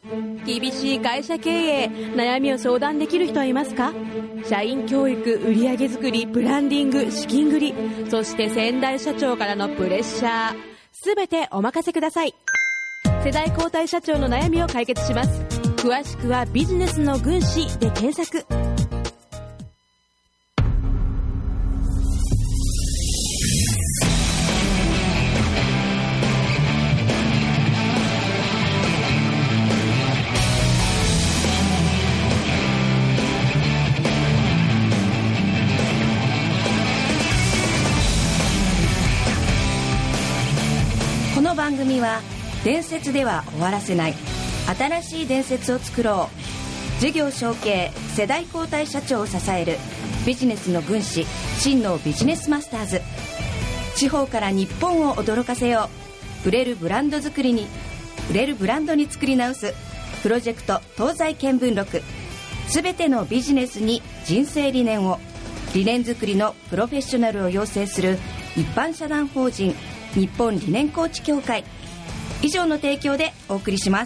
厳しい会社経営、悩みを相談できる人はいますか？社員教育、売上作り、ブランディング、資金繰り、そして先代社長からのプレッシャー、すべてお任せください。世代交代社長の悩みを解決します。詳しくはビジネスの軍師で検索。 この番組は伝説では終わらせない新しい伝説を作ろう、事業承継世代交代社長を支えるビジネスの軍師、真のビジネスマスターズ。地方から日本を驚かせよう、売れるブランド作りに、売れるブランドに作り直すプロジェクト東西見聞録。すべてのビジネスに人生理念を、理念作りのプロフェッショナルを養成する一般社団法人日本理念コーチ協会。以上の提供でお送りします。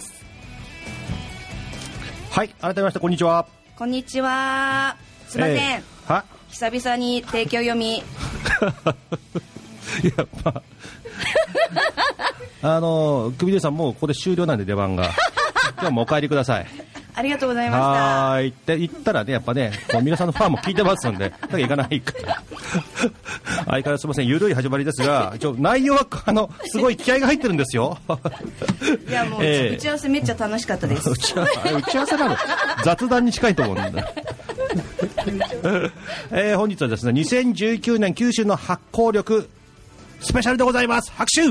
はい、改めましてこんにちは。 こんにちは。すいません、久々に提供読みいや、クビレさんもうここで終了なんで出番が今日はもうお帰りください。 ありがとうございました。 はーいって言ったらね、やっぱね、皆さんのファンも聞いてますんで、だから行かないから相変わらずすみません、ゆるい始まりですが、内容はすごい気合が入ってるんですよいやもう、打ち合わせめっちゃ楽しかったです。 打ち合わせなの雑談に近いと思うんで本日はですね、2019年九州の発酵力スペシャルでございます。拍手。イエーイ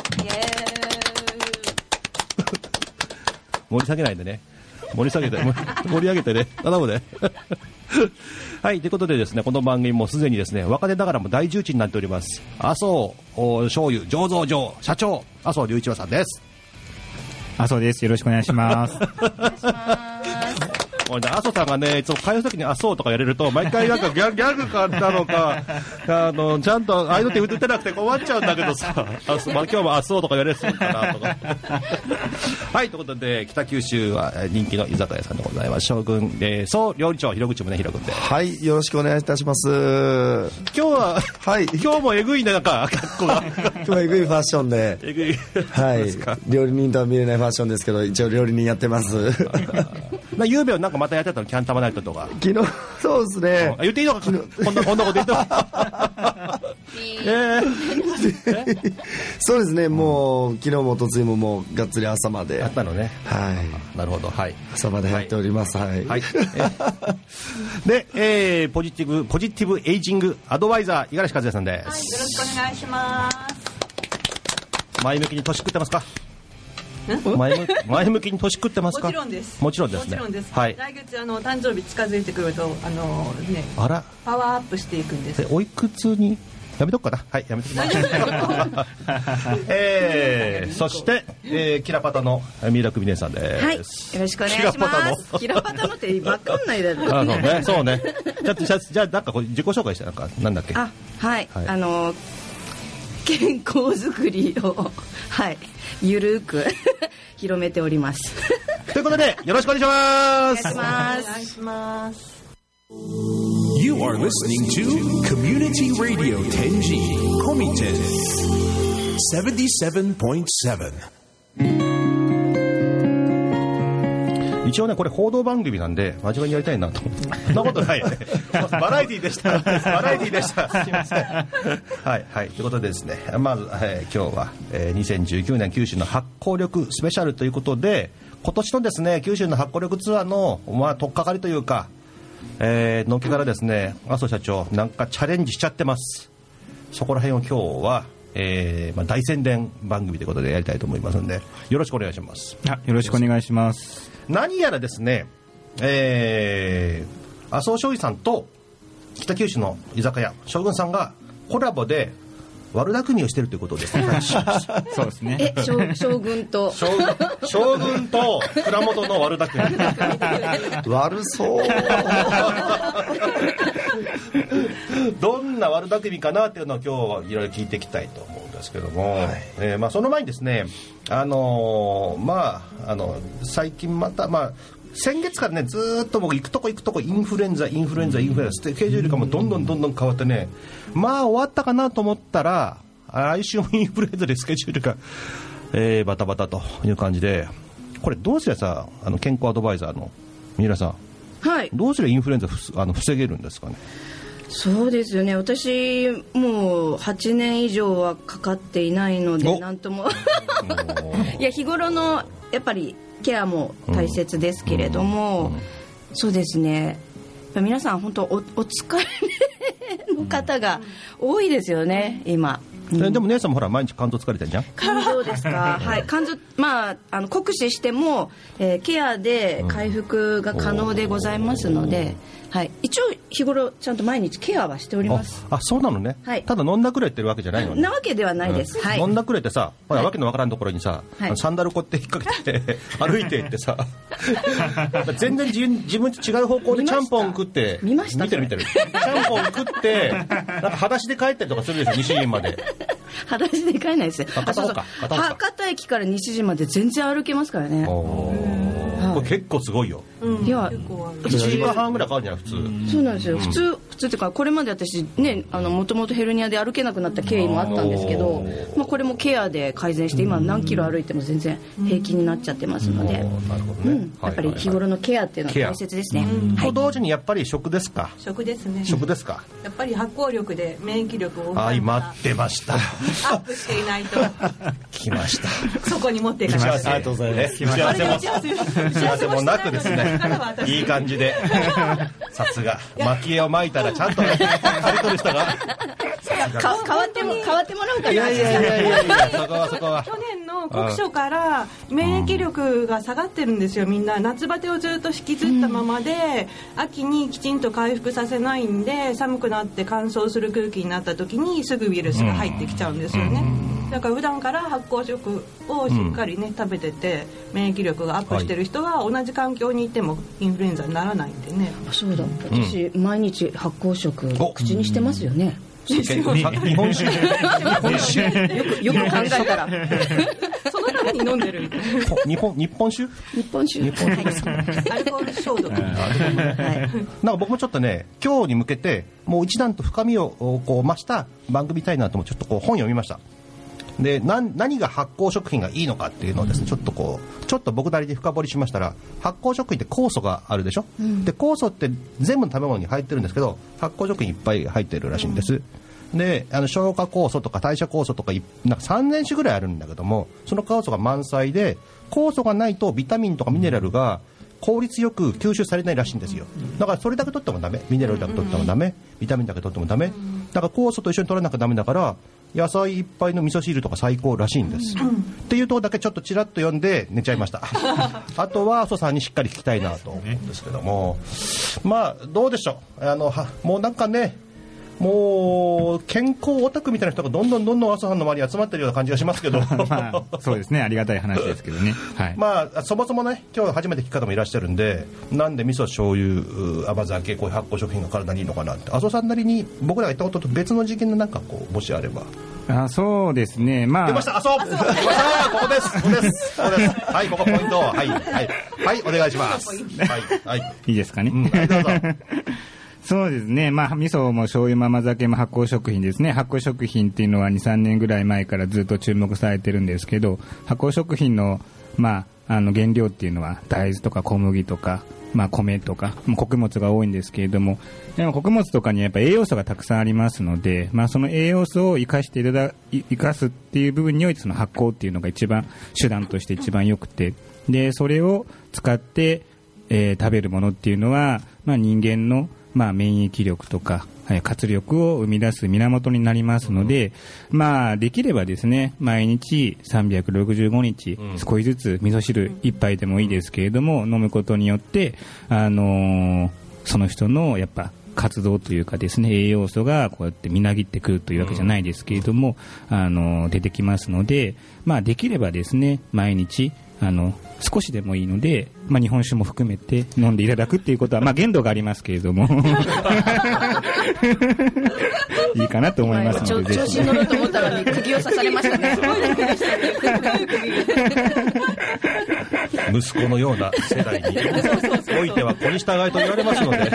盛り下げないでね、盛り上げてね、頼むねはい、ということでですね、この番組もすでにですね、若手ながらも大重鎮になっております、麻生醤油醸造所社長、麻生隆一郎さんです。 麻生です。よろしくお願いしますお願いします麻生さんがね、いつも会話すときに麻生とかやれると毎回なんかギャグかなのかちゃんとああいうのって打てなくて困っちゃうんだけどさ今日も麻生とかやれるかなとかはい、ということで北九州は人気の居酒屋さんでございます。将軍総料理長広口宗弘君で、 はい、よろしくお願いいたします。 今日は、はい、今日もえぐいね、なんか格好が今日はえぐいファッションでえぐいはい、料理人とは見れないファッションですけど、一応料理人やってますゆうべはなんかまたやってたの、キャンタマナイトとか。 昨日、そうですね。 言っていいのか、こんなこと言ってそうですね、もう昨日もおとついももうがっつり朝までやったのね。 はい。 なるほど、はい。 朝までやっております。はい。はい。 で、ポジティブエイジングアドバイザー五十嵐和也さんです。 はい、よろしくお願いします。 前向きに年食ってますか？前向きに年食ってますか？ もちろんです。 もちろんですね。 はい。来月誕生日近づいてくるとあら、 パワーアップしていくんです。 おいくつに？やめとくかな。はい、やめときますそして、キラパタの三浦久美音さんです。 はい、よろしくお願いします。キラパタのって分かんないだろうね。そうね。じゃあなんか自己紹介してなんだっけ。 あ、はい、健康づくりをはいゆるく広めておりますということでよろしくお願いします。 お願いします。 You are listening to Community Radio Tenji Komiten 77.7。 一応ね、これ報道番組なんで真面目にやりたいなと思って。そんなことないよね。バラエティでした。バラエティでした。すみません。はいはい。ということでですね、まず、今日は、2019年九州の発酵力スペシャルということで、今年のですね九州の発酵力ツアーの取っかかりというか、のっけからですね、麻生社長なんかチャレンジしちゃってます。そこら辺を今日は。大宣伝番組ということでやりたいと思いますのでよろしくお願いします。 よろしくお願いします。 何やらですね、麻生醤油さんと北九州の居酒屋将軍さんがコラボで悪巧みをしてるということですね。 そうですね。 将軍と蔵元の悪巧み悪そうどんな悪巧みかなっていうのを今日はいろいろ聞いていきたいと思うんでですけども、その前にですね、最近また、先月からねずっと僕行くとこインフルエンザスケジュールがもうどんどん変わってね、終わったかなと思ったら来週もインフルエンザでスケジュールが、バタバタという感じで、これどうすれば健康アドバイザーの三浦さん、 はい、 どうすればインフルエンザ防げるんですかね。 そうですよね、私もう8年以上はかかっていないのでなんともいや日頃のやっぱりケアも大切ですけれども、そうですね、やっぱ皆さん本当お疲れの方が多いですよね今。 でも姉さんもほら毎日肝臓疲れてるじゃん。 肝臓ですかはい、肝臓酷使しても、ケアで回復が可能でございますので、はい、一応日頃ちゃんと毎日ケアはしております。 そうなのね、はい、ただ飲んだくれてるわけじゃないのね。 なわけではないです、はい、 飲んだくれてさ、ほら、わけのわからんところにさ、サンダルこって引っ掛けて歩いていってさ全然自分と違う方向でちゃんぽん食って見てるちゃんぽん食ってなんか裸足で帰ったりとかするでしょ西陣まで。 裸足で帰らないです。博多駅から西陣まで全然歩けますからね。 これ結構すごいよ。 いや 1時間半ぐらいかかるんじゃない普通。そうなんですよ、普通っていうか、これまで私ねもともとヘルニアで歩けなくなった経緯もあったんですけど、これもケアで改善して今何キロ歩いても全然平気になっちゃってますので、やっぱり日頃のケアっていうのは大切ですね。と同時にやっぱり食ですか。 食ですね。 食ですか。 やっぱり発酵力で免疫力を待ってました。 アップしていないと来ました。 そこに持っていかないと。 ありがとうございます。 打ち合わせもなくですね、いい感じでさすが蒔絵を巻いたらちゃんと刈り取る人が変わってもらうかな。 いやそこは去年の酷暑から免疫力が下がってるんですよ。みんな夏バテをずっと引きずったままで、秋にきちんと回復させないんで、寒くなって乾燥する空気になった時にすぐウイルスが入ってきちゃうんですよね。だから普段から発酵食をしっかりね、食べてて免疫力がアップしてる人は同じ環境にいてもインフルエンザにならないんでね。そうだ、 私毎日発酵食口にしてますよね。 日本酒よく考えたらそのために飲んでるみたいな。 日本酒アルコール消毒。 なんか僕もちょっとね、今日に向けてもう一段と深みをこう増した番組たいなともちょっとこう本読みました。で何が発酵食品がいいのかっていうのをですね、ちょっと僕なりに深掘りしましたら、発酵食品って酵素があるでしょ、で酵素って全部の食べ物に入ってるんですけど、発酵食品いっぱい入ってるらしいんです。で消化酵素とか代謝酵素とかなんか3000種ぐらいあるんだけども、その酵素が満載で、酵素がないとビタミンとかミネラルが効率よく吸収されないらしいんですよ。だからそれだけ取ってもダメ、ミネラルだけ取ってもダメ、ビタミンだけ取ってもダメ、だから酵素と一緒に取らなきゃダメだから、野菜いっぱいの味噌汁とか最高らしいんです、っていうとこだけちょっとちらっと読んで寝ちゃいましたあとは阿蘇さんにしっかり聞きたいなと思うんですけども、どうでしょう、もうなんかね、もう健康オタクみたいな人がどんどん阿蘇さんの周りに集まってるような感じがしますけどそうですね、ありがたい話ですけどね、はい、 そもそもね、今日初めて聞く方もいらっしゃるんで、なんで味噌醤油甘酒こういう発酵食品が体にいいのかなって、阿蘇さんなりに僕らが言ったことと別の事件のなんかこうもしあれば。 そうですね、出ました、阿蘇出ました、ここですはい、ここポイント、はい、お願いします。 いいですかね、 どうぞそうですね、味噌も醤油も甘酒も発酵食品ですね。発酵食品っていうのは 2,3 年ぐらい前からずっと注目されてるんですけど、発酵食品の、原料っていうのは大豆とか小麦とか、米とか穀物が多いんですけれども、でも穀物とかにやっぱ栄養素がたくさんありますので、その栄養素を生かすっていう部分において、その発酵っていうのが一番手段として一番良くて、でそれを使って、食べるものっていうのは、人間の免疫力とか活力を生み出す源になりますので、できればですね、毎日365日少しずつ味噌汁一杯でもいいですけれども飲むことによって、その人のやっぱ活動というかですね、栄養素がこうやってみなぎってくるというわけじゃないですけれども、出てきますので、できればですね、毎日少しでもいいので、日本酒も含めて飲んでいただくっていうことは、限度がありますけれどもいいかなと思いますので、 調子に乗ろうと思ったら釘を刺されましたね息子のような世代においては子に従いと言われますので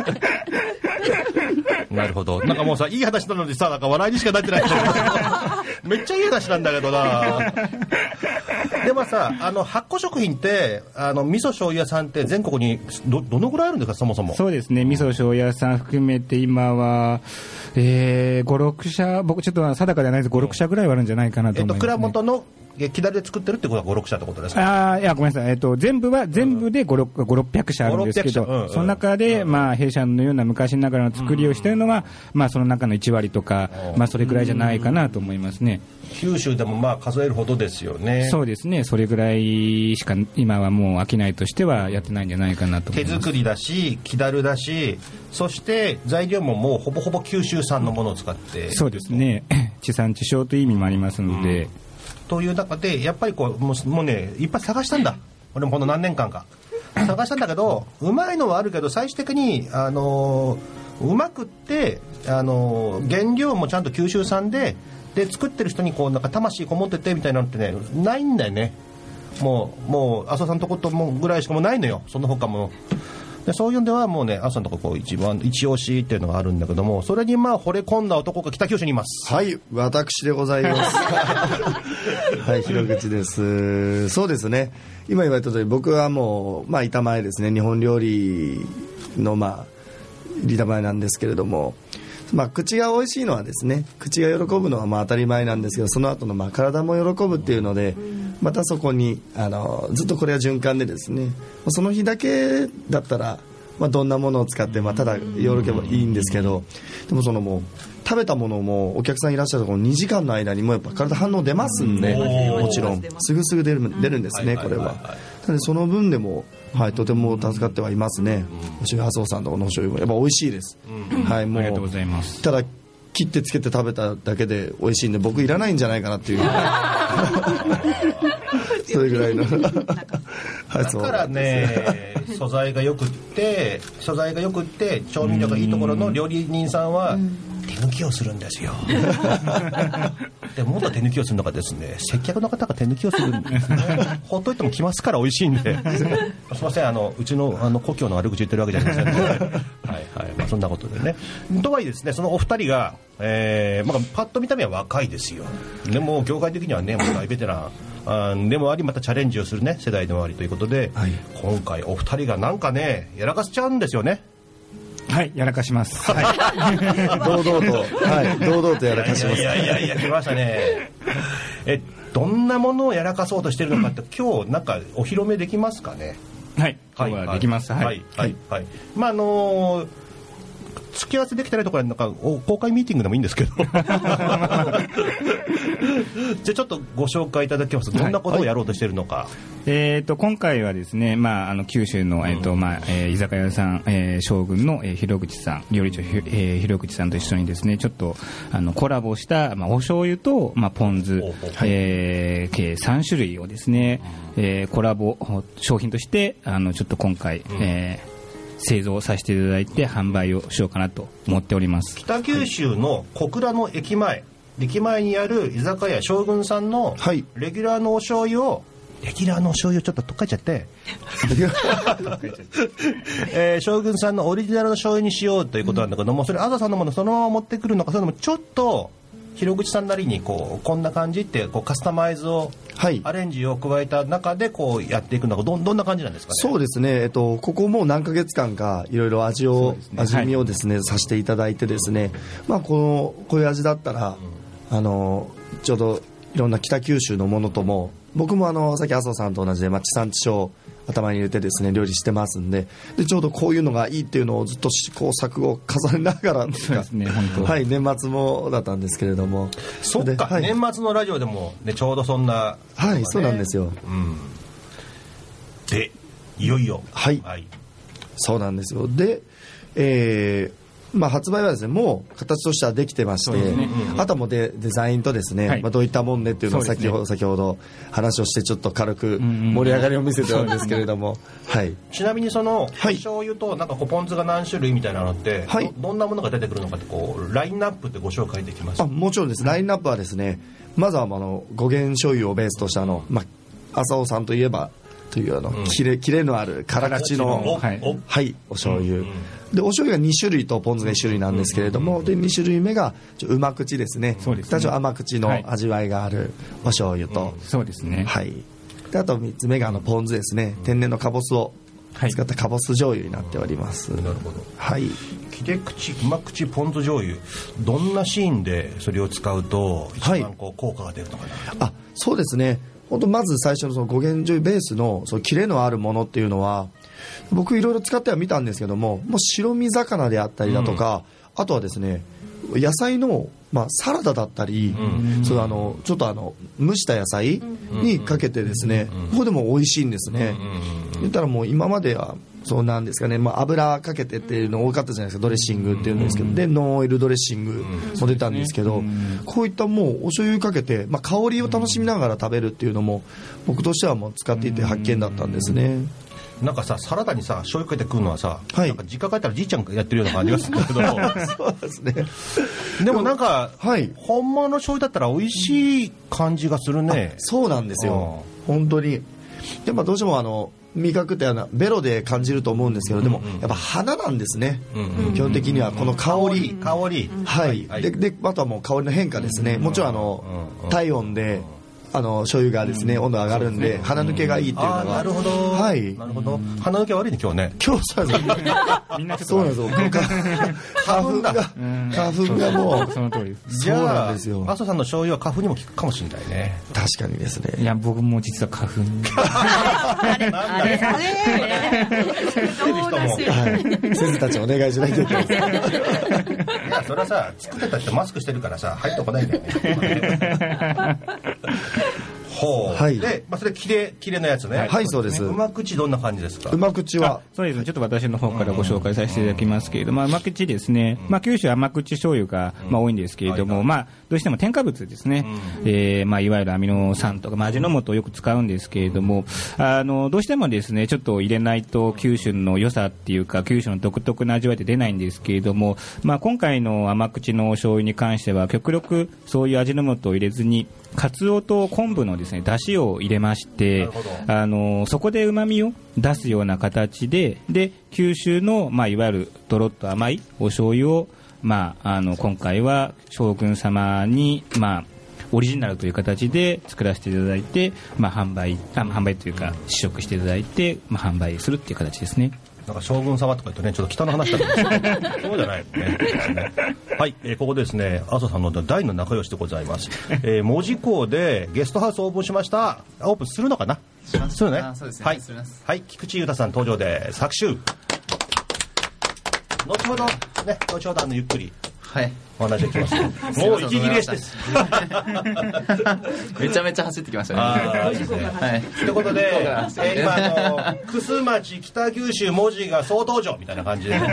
なるほど。なんかもうさ、いい話なのにさ、なんか笑いにしかなってないめっちゃいい話なんだけどな。でもさ、発酵食品って味噌醤油屋さんって全国にどのぐらいあるんですか、そもそも。 そうですね、味噌醤油屋さん含めて今は、5、6社、僕ちょっと定かではないです、5、6社ぐらいはあるんじゃないかなと思います、ね。 蔵元の木だるで作ってるってことは5、6社ってことですか。 いや、ごめんなさい、全部で5、600社あるんですけど、その中で、弊社のような昔ながらの作りをしているのは、その中の1割とか、それぐらいじゃないかなと思いますね。 九州でも数えるほどですよね。 そうですね、それぐらいしか今はもう商いとしてはやってないんじゃないかなと思います。 手作りだし、木だるだし、そして材料ももうほぼほぼ九州産のものを使って。 そうですね、地産地消という意味もありますので、 という中でやっぱりもうね、いっぱい探したんだ。俺もこの何年間か探したんだけど、うまいのはあるけど最終的にうまくって原料もちゃんと九州産で作ってる人になんか魂こもっててみたいなのってね、ないんだよね。もう麻生さんのとこともぐらいしかもうないのよ。その他もで、そういうのではもうね、麻生さんのとこ一押しっていうのがあるんだけども、それに惚れ込んだ男が北九州にいます。 はい、私でございますはい、広口です。そうですね、今言われた通り僕はもう板前ですね。日本料理の板前なんですけれども、口が美味しいのはですね、口が喜ぶのは当たり前なんですけど、その後の体も喜ぶっていうので、またそこにずっとこれは循環でですね、その日だけだったら、どんなものを使ってただ喜べばいいんですけど、でももう食べたものもお客さんいらっしゃるところ2時間の間にもうやっぱ体反応出ますんで、もちろんすぐ出るんですね、これは。なのでその分でも、とても助かってはいますね。麻生さんとこのお醤油もやっぱ美味しいです、もうありがとうございます。 ただ切ってつけて食べただけで美味しいんで、僕いらないんじゃないかなっていうそれぐらいのだからね、素材がよくって調味料がいいところの料理人さんは手抜きをするんですよでもっと手抜きをするのがですね、接客の方が手抜きをするんですねほっといても来ますから美味しいんですいません、うちの故郷の悪口言ってるわけじゃありませんはい、そんなことでね。とはいえですね、そのお二人が、パッと見た目は若いですよ。でも業界的にはね、もう大ベテランでもあり、またチャレンジをするね世代でもありということで、今回お二人がなんかねやらかしちゃうんですよね。 はい、やらかします。 堂々とやらかします。 いや来ましたね。どんなものをやらかそうとしてるのかって今日なんかお披露目できますかね。 はい、今日はできます。 付き合わせできたらとかなんか公開ミーティングでもいいんですけどじゃあちょっとご紹介いただけます。どんなことをやろうとしているのか。 今回はですね、九州の、居酒屋さん、将軍の、広口さん、料理長広口さんと一緒にですね、ちょっとコラボした、お醤油と、ポン酢、計3種類をですね、コラボ商品としてちょっと今回、製造させていただいて販売をしようかなと思っております。 北九州の小倉の駅前にある居酒屋将軍さんのレギュラーのお醤油を、レギュラーのお醤油ちょっととっかえちゃって将軍さんのオリジナルの醤油にしようということなんだけども、それ麻生さんのものそのまま持ってくるのか、それともちょっと広口さんなりにこんな感じってカスタマイズを、アレンジを加えた中でやっていくのがどんな感じなんですかね。 そうですね、ここもう何ヶ月間かいろいろ味見をですね、させていただいてですね、こういう味だったら、ちょうどいろんな北九州のものとも、僕もさっき麻生さんと同じで、地産地消頭に入れてですね料理してますんで、ちょうどこういうのがいいっていうのをずっと試行錯誤を重ねながらそうですね、本当年末もだったんですけれども、 そっか、年末のラジオでも、ね、ちょうどそんな、 そうなんですよ、 でいよいよそうなんですよ。で、 発売はですねもう形としてはできてまして、あとはもうデザインとですね、どういったもんでっていうのを先ほど話をしてちょっと軽く盛り上がりを見せてたんですけれども、 ちなみにその醤油となんかポン酢が何種類みたいなのって、どんなものが出てくるのかってラインナップってご紹介できますか？ もちろんです。ラインナップはですね、まずは5元醤油をベースとした浅尾さんといえばというキレのある辛口のお醤油、でお醤油が2種類とポン酢が1種類なんですけれども、で2種類目がうま口ですね。甘口の味わいがあるお醤油と、 そうですね。 であと3つ目がポン酢ですね。天然のかぼすを使ったかぼす醤油になっております。 なるほど。切れ口うま口ポン酢醤油、どんなシーンでそれを使うと一番効果が出るのかな？ そうですね。本当まず最初のその5元醤油ベースのそのキレのあるものっていうのは、僕いろいろ使ってはみたんですけども、もう白身魚であったりだとか、あとはですね野菜のサラダだったり、ちょっと蒸した野菜にかけてですね、ここでも美味しいんですね。言ったらもう今まではそうなんですかね、油かけてっていうの多かったじゃないですか。ドレッシングっていうんですけど、でノンオイルドレッシングも出たんですけど、こういったもうお醤油かけて、香りを楽しみながら食べるっていうのも僕としてはもう使っていて発見だったんですね。 なんかさ、サラダにさ醤油かけて食うのはさ、なんか実家帰ったらじいちゃんがやってるような感じがするんだけどそうですね。 でもなんか、本物の醤油だったら美味しい感じがするね。 そうなんですよ、本当に。でもどうしても味覚ってベロで感じると思うんですけど、でもやっぱ鼻なんですね、基本的にはこの香り、であとはもう香りの変化ですね。もちろん体温で醤油がですね温度上がるんで鼻抜けがいいっていうのが。 なるほど、なるほど。鼻抜け悪いね今日ね。 今日そうなんですよ。みんなそうなんですよ。花粉がもうその通りです。 じゃあ麻生さんの醤油は花粉にも効くかもしれないね。 確かにですね。 いや僕も実は花粉先生たちお願いしないといけない。 いやそれはさ、作ってた人マスクしてるからさ入ってこないんだよね。で、それキレのやつね。そうです。うま口どんな感じですか？ うま口はそうですね。ちょっと私の方からご紹介させていただきますけれども、うま口ですね。九州甘口醤油が多いんですけれども、どうしても添加物ですね。いわゆるアミノ酸とか味の素をよく使うんですけれども、どうしてもですねちょっと入れないと九州の良さっていうか九州の独特な味わいって出ないんですけれども、今回の甘口の醤油に関しては極力そういう味の素を入れずにカツオと昆布のですね出汁を入れまして、そこで旨味を出すような形で九州のいわゆるドロッと甘いお醤油を今回は将軍様にオリジナルという形で作らせていただいて、販売というか試食していただいて、販売するっていう形ですね。 なんか将軍様とか言うとねちょっと北の話だけどそうじゃないね。はい、ここでですね麻生さんの大の仲良しでございます。門司港でゲストハウスオープンしました。オープンするのかな？するね。 そうですね。 はい、菊池裕太さん登場で作詞。後ほどゆっくりお話できます。もう息切れしてめちゃめちゃ走ってきましたね。 ということで今楠町北九州門司が総登場みたいな感じで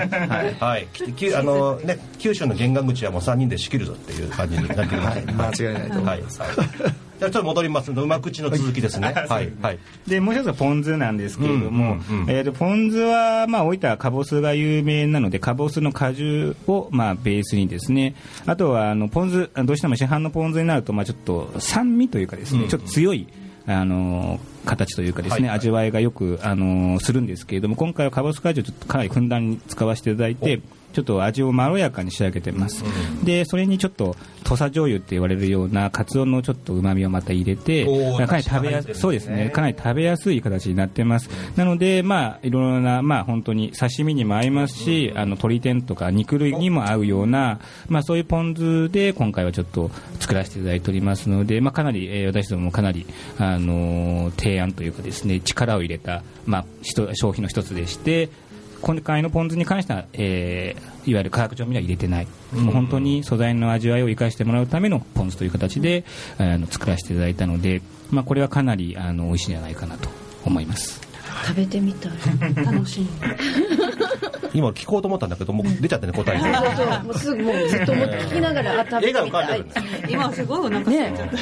九州の玄関口はもう3人で仕切るぞっていう感じになってきました。 間違いないと思います。 じゃあちょっと戻りますのうま口の続きですね。 でもう一つはポン酢なんですけれども、ポン酢は大分はかぼすが有名なのでかぼすの果汁をベースにですね、あとはポン酢どうしても市販のポン酢になるとちょっと酸味というかですね、ちょっと強い形というかですね、味わいがよくするんですけれども、今回はかぼす果汁をちょっとかなりふんだんに使わせていただいてちょっと味をまろやかに仕上げてます。でそれにちょっと土佐醤油って言われるようなカツオのちょっと旨味をまた入れてかなり食べやすい、そうですね、かなり食べやすい形になってます。なのでいろいろな本当に刺身にも合いますし鶏天とか肉類にも合うようなそういうポン酢で今回はちょっと作らせていただいておりますのでかなり私どももかなり提案というかですね力を入れた商品の一つでして、今回のポン酢に関しては、いわゆる化学調味料は入れてない、もう本当に素材の味わいを生かしてもらうためのポン酢という形で作らせていただいたので、これはかなり美味しいんじゃないかなと思います。 食べてみたい。 楽しい。 今聞こうと思ったんだけどもう出ちゃったね答えが。 そうそう、もうすぐもうずっと聞きながら食べてみたい。 今すごいお腹空いちゃった。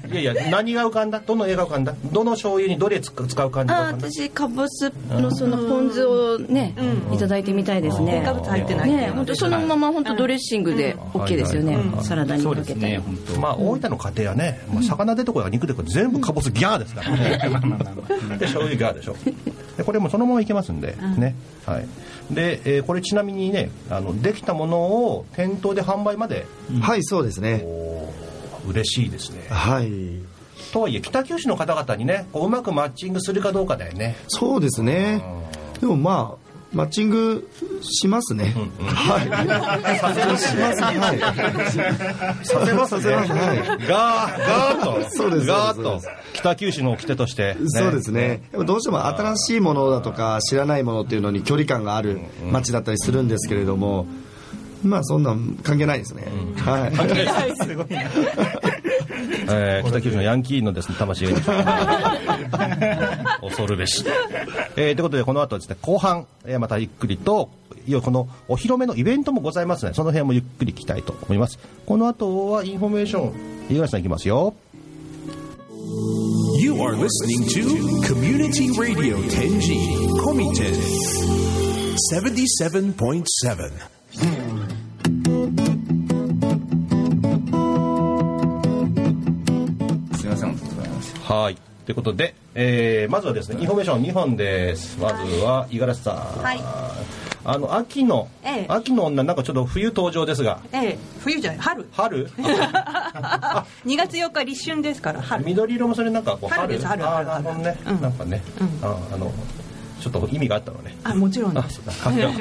いやいや何が浮かんだ？どの絵が浮かんだ？どの醤油にどれ使う感じが浮かんだ？ 私かぼすのそのポン酢をね、いただいてみたいですね。 添加物入ってない。 ね、本当そのまま本当ドレッシングで OK ですよね。サラダにかけて。 まあ大分の家庭はね、魚出てこいが肉出てこい全部かぼすギャーですからね。で醤油ギャーでしょ。でこれもそのままいけますんでね。はい。で、これちなみにねできたものを店頭で販売まで。 はい、そうですね。 嬉しいですね。 はい。 とはいえ北九州の方々にねこううまくマッチングするかどうかだよね。 そうですね。でもまあマッチングしますね。はい。させます。はい。 させますね。 はい。 ガーッと。 そうです。 ガーッと。北九州の掟として、ね。 そうですね。どうしても新しいものだとか知らないものっていうのに距離感がある街だったりするんですけれども、まあそんなん関係ないですね。はい。 すごいな。 北九州のヤンキーのですね魂が恐るべし。ということでこの後ですね後半、またゆっくりとこのお披露目のイベントもございますね。その辺もゆっくり聞きたいと思います。この後はインフォメーション五十嵐さんいきますよ。 You are listening to Community Radio Tenji Komiten 77.7. はい。ということで、まずはですねインフォメーション2本です。まずは五十嵐さん。 はい。 秋の女なんかちょっと冬登場ですが。 冬じゃない春。 春。 2月4日立春ですから春。 緑色もそれなんかこう春です。春。 なるほどね。なんかね。ちょっと意味があったのね。 もちろんです。 いや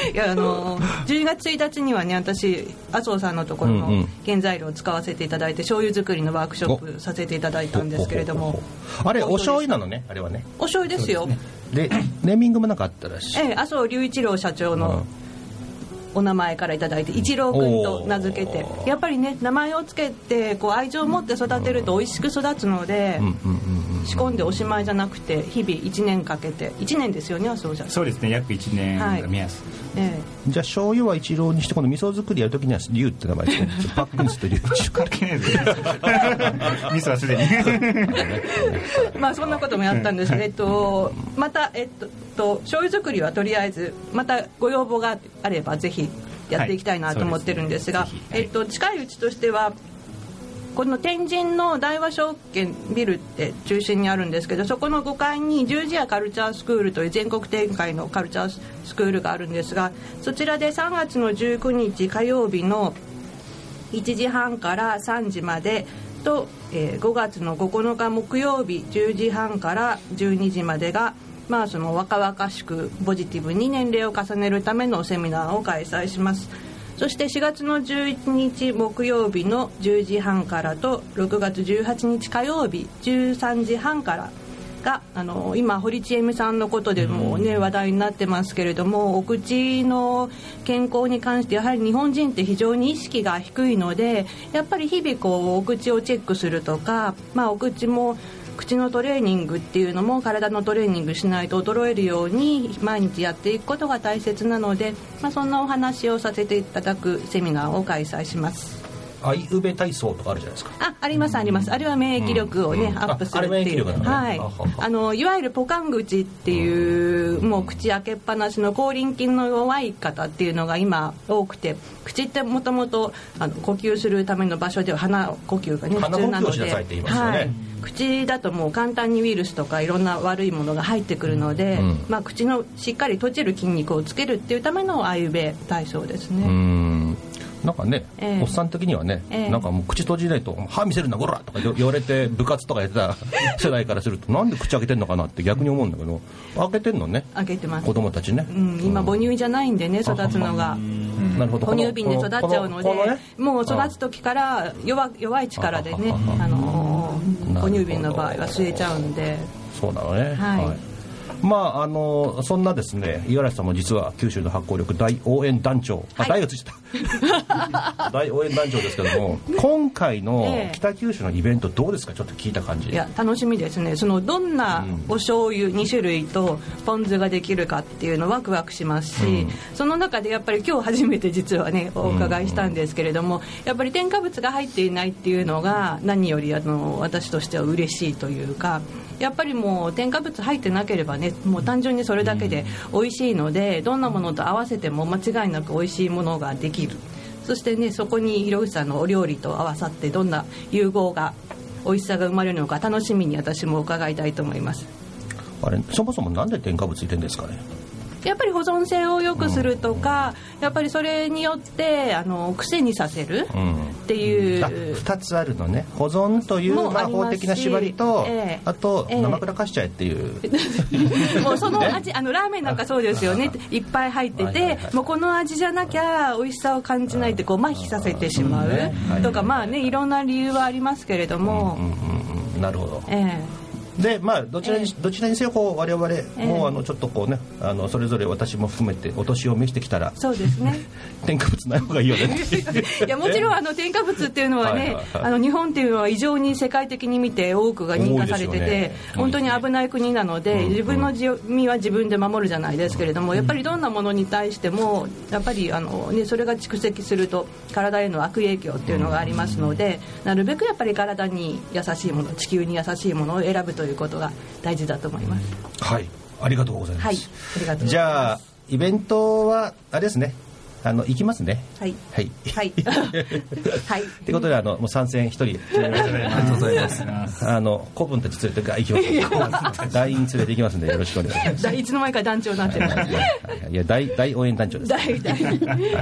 12月1日にはね私麻生さんのところの原材料を使わせていただいて醤油作りのワークショップさせていただいたんですけれども、 あれお醤油なのねあれはね。 お醤油ですよ。 でネーミングもなんかあったらしい。 麻生隆一郎社長のお名前からいただいて一郎くんと名付けて、やっぱりね名前をつけてこう愛情を持って育てると美味しく育つので、仕込んでおしまいじゃなくて日々1年かけて1年ですよね。そうですね約1年が目安。 じゃあ醤油は一郎にしてこの味噌作りやるときには龍って名前ですね。パックにすると龍一郎関係ないです。味噌はすでに。まあそんなこともやったんですけど、また醤油作りはとりあえずまたご要望があればぜひやっていきたいなと思ってるんですが、近いうちとしてはこの天神の大和証券ビルって中心にあるんですけど、そこの5階に十字屋カルチャースクールという全国展開のカルチャースクールがあるんですが、そちらで3月の19日火曜日の1時半から3時までと、5月の9日木曜日10時半から12時までがまあその若々しくポジティブに年齢を重ねるためのセミナーを開催します。そして4月の11日木曜日の10時半からと6月18日火曜日13時半からが今堀ちえみさんのことでもね話題になってますけれども、お口の健康に関してやはり日本人って非常に意識が低いので、やっぱり日々こうお口をチェックするとか、まあお口も口のトレーニングっていうのも体のトレーニングしないと衰えるように毎日やっていくことが大切なので、まあ、そんなお話をさせていただくセミナーを開催します。 アイウベ体操とかあるじゃないですか。 ありますあります。あれは免疫力をね、アップするっていう、はい、いわゆるポカン口っていう、もう口開けっぱなしの口輪筋の弱い方っていうのが今多くて、口ってもともと呼吸するための場所では鼻呼吸がね普通なので、口だともう簡単にウイルスとかいろんな悪いものが入ってくるので、まあ、口のしっかり閉じる筋肉をつけるっていうためのアイウベ体操ですね。 なんかね、おっさん的にはね、なんかもう口閉じないと歯見せるなゴラとか言われて部活とかやってた世代からするとなんで口開けてんのかなって逆に思うんだけど、開けてんのね。 開けてます。 子供たちね。 今母乳じゃないんでね育つのが。 なるほど。 哺乳瓶で育っちゃうので、もう育つ時から弱い力でね、哺乳瓶の場合は吸えちゃうんで。 そうなのね。 はい。 まあそんなですね五十嵐さんも実は九州の発行力大応援団長、大がついちゃった大応援団長ですけども、今回の北九州のイベントどうですか？ちょっと聞いた感じ。 いや楽しみですね。そのどんなお醤油2種類とポン酢ができるかっていうのワクワクしますし、その中でやっぱり今日初めて実はねお伺いしたんですけれども、やっぱり添加物が入っていないっていうのが何より私としては嬉しいというか、やっぱりもう添加物入ってなければね、もう単純にそれだけで美味しいので、どんなものと合わせても間違いなく美味しいものができる。そしてね、そこに広口さんのお料理と合わさってどんな融合が美味しさが生まれるのか楽しみに私も伺いたいと思います。 あれそもそもなんで添加物入れるんですかね？ やっぱり保存性を良くするとか、やっぱりそれによって癖にさせるっていう、 2つあるのね。保存という法的な縛りと、あと生倉かしちゃえっていうもうその味ラーメンなんかそうですよね、いっぱい入ってて、もうこの味じゃなきゃ美味しさを感じないってこう麻痺させてしまうとか、まあねいろんな理由はありますけれども、 なるほど。でまあ、どちらにせよこう我々もちょっとこうねそれぞれ私も含めてお年を召してきたら、 そうですね添加物ない方がいいよねいやもちろん添加物っていうのはね、日本っていうのは異常に世界的に見て多くが認可されてて、本当に危ない国なので、自分の身は自分で守るじゃないですけれども、やっぱりどんなものに対してもやっぱりそれが蓄積すると体への悪影響っていうのがありますので、なるべくやっぱり体に優しいもの、地球に優しいものを選ぶということが大事だと思います。 はい、ありがとうございます。 はい、ありがとうございます。 じゃあイベントはあれですね、行きますね。 はいはいはいはいということでもう参戦一人決めましたね。ありがとうございます。子分たち連れて行きます団員連れて行きますんでよろしくお願いします。 いつの間にか団長になってるいや大応援団長です。はい、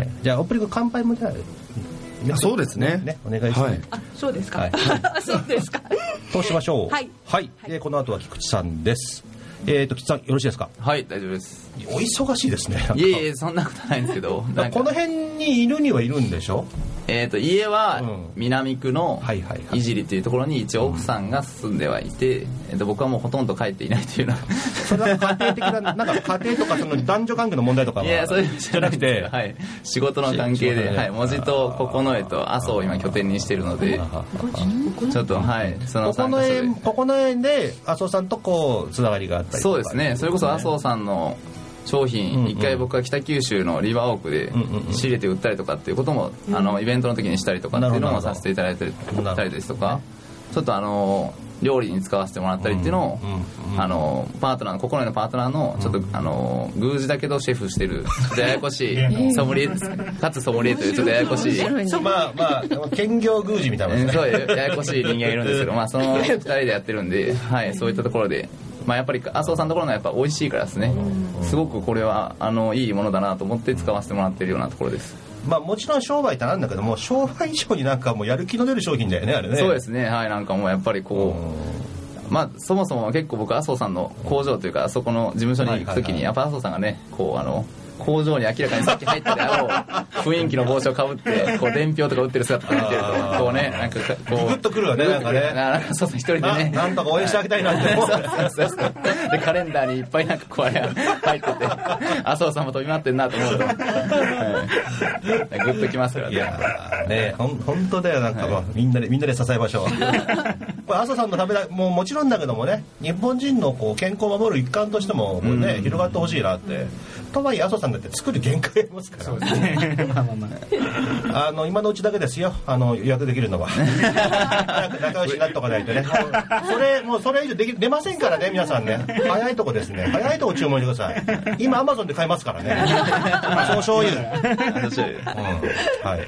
じゃあオープニング乾杯もじゃあそうですね。 お願いします。 あ、そうですか。そうですか。 そうしましょう。 はい。 はい。でこの後は菊池さんです。菊池さんよろしいですか？ はい、大丈夫です。 お忙しいですね。 いえいえ、そんなことないんですけど、 この辺にいるにはいるんでしょ？ 家は南区のいじりというところに一応奥さんが住んではいて、僕はもうほとんど帰っていないというのはそれは家庭的ななんか家庭とかその男女関係の問題とかは、いやそういうじゃなくて、はい、仕事の関係で、はい、門司と九重と阿蘇を今拠点にしているので、ちょっとはいその九重で阿蘇さんとこうつながりがあったりとか。 そうですね。それこそ阿蘇さんの商品、一回僕は北九州のリバーオークで仕入れて売ったりとかっていうこともイベントの時にしたりとかっていうのもさせていただいたりですとか、ちょっと料理に使わせてもらったりっていうのをパートナーの九重のパートナーのちょっと宮司だけどシェフしてるややこしいソムリエかつソムリエというちょっとややこしいまあ兼業宮司みたいな、 そういうややこしい人間がいるんですけど、まあその2人でやってるんで、はい、そういったところで。まあ、やっぱり麻生さんのところのやっぱ美味しいからですね、すごくこれはいいものだなと思って使わせてもらっているようなところです。 まあ、もちろん商売ってあるんだけども、商売以上になんかもうやる気の出る商品だよね、あれね。 そうですね、はい、なんかもうやっぱりこう、まあ、そもそも結構僕麻生さんの工場というかあそこの事務所に行くときにやっぱ麻生さんがねこう工場に明らかにさっき入ったであろう雰囲気の帽子をかぶってこう伝票とか売ってる姿を見てるとこうねなんかこうグッとくるわね、なんかね、 そうそう一人でねなんとか応援してあげたいなって思うそうでカレンダーにいっぱいなんかこうあれ入ってて麻生さんも飛び回ってんなと思うと、はい、グッときますからね。いやね本当だよ、なんかもう、はい、みんなで支えましょうこれ麻生さんのためだもちろんだけどもね、日本人のこう健康を守る一環としてもこれ、ね、広がってほしいなって。とはいえ麻生さんだって作る限界ありますから。そうですね今のうちだけですよ、予約できるのは仲良しになっとかないとねそれ以上出ませんからね、皆さんね、早いとこですね、早いとこ注文してください。今アマゾンで買えますからねそう醤油はい。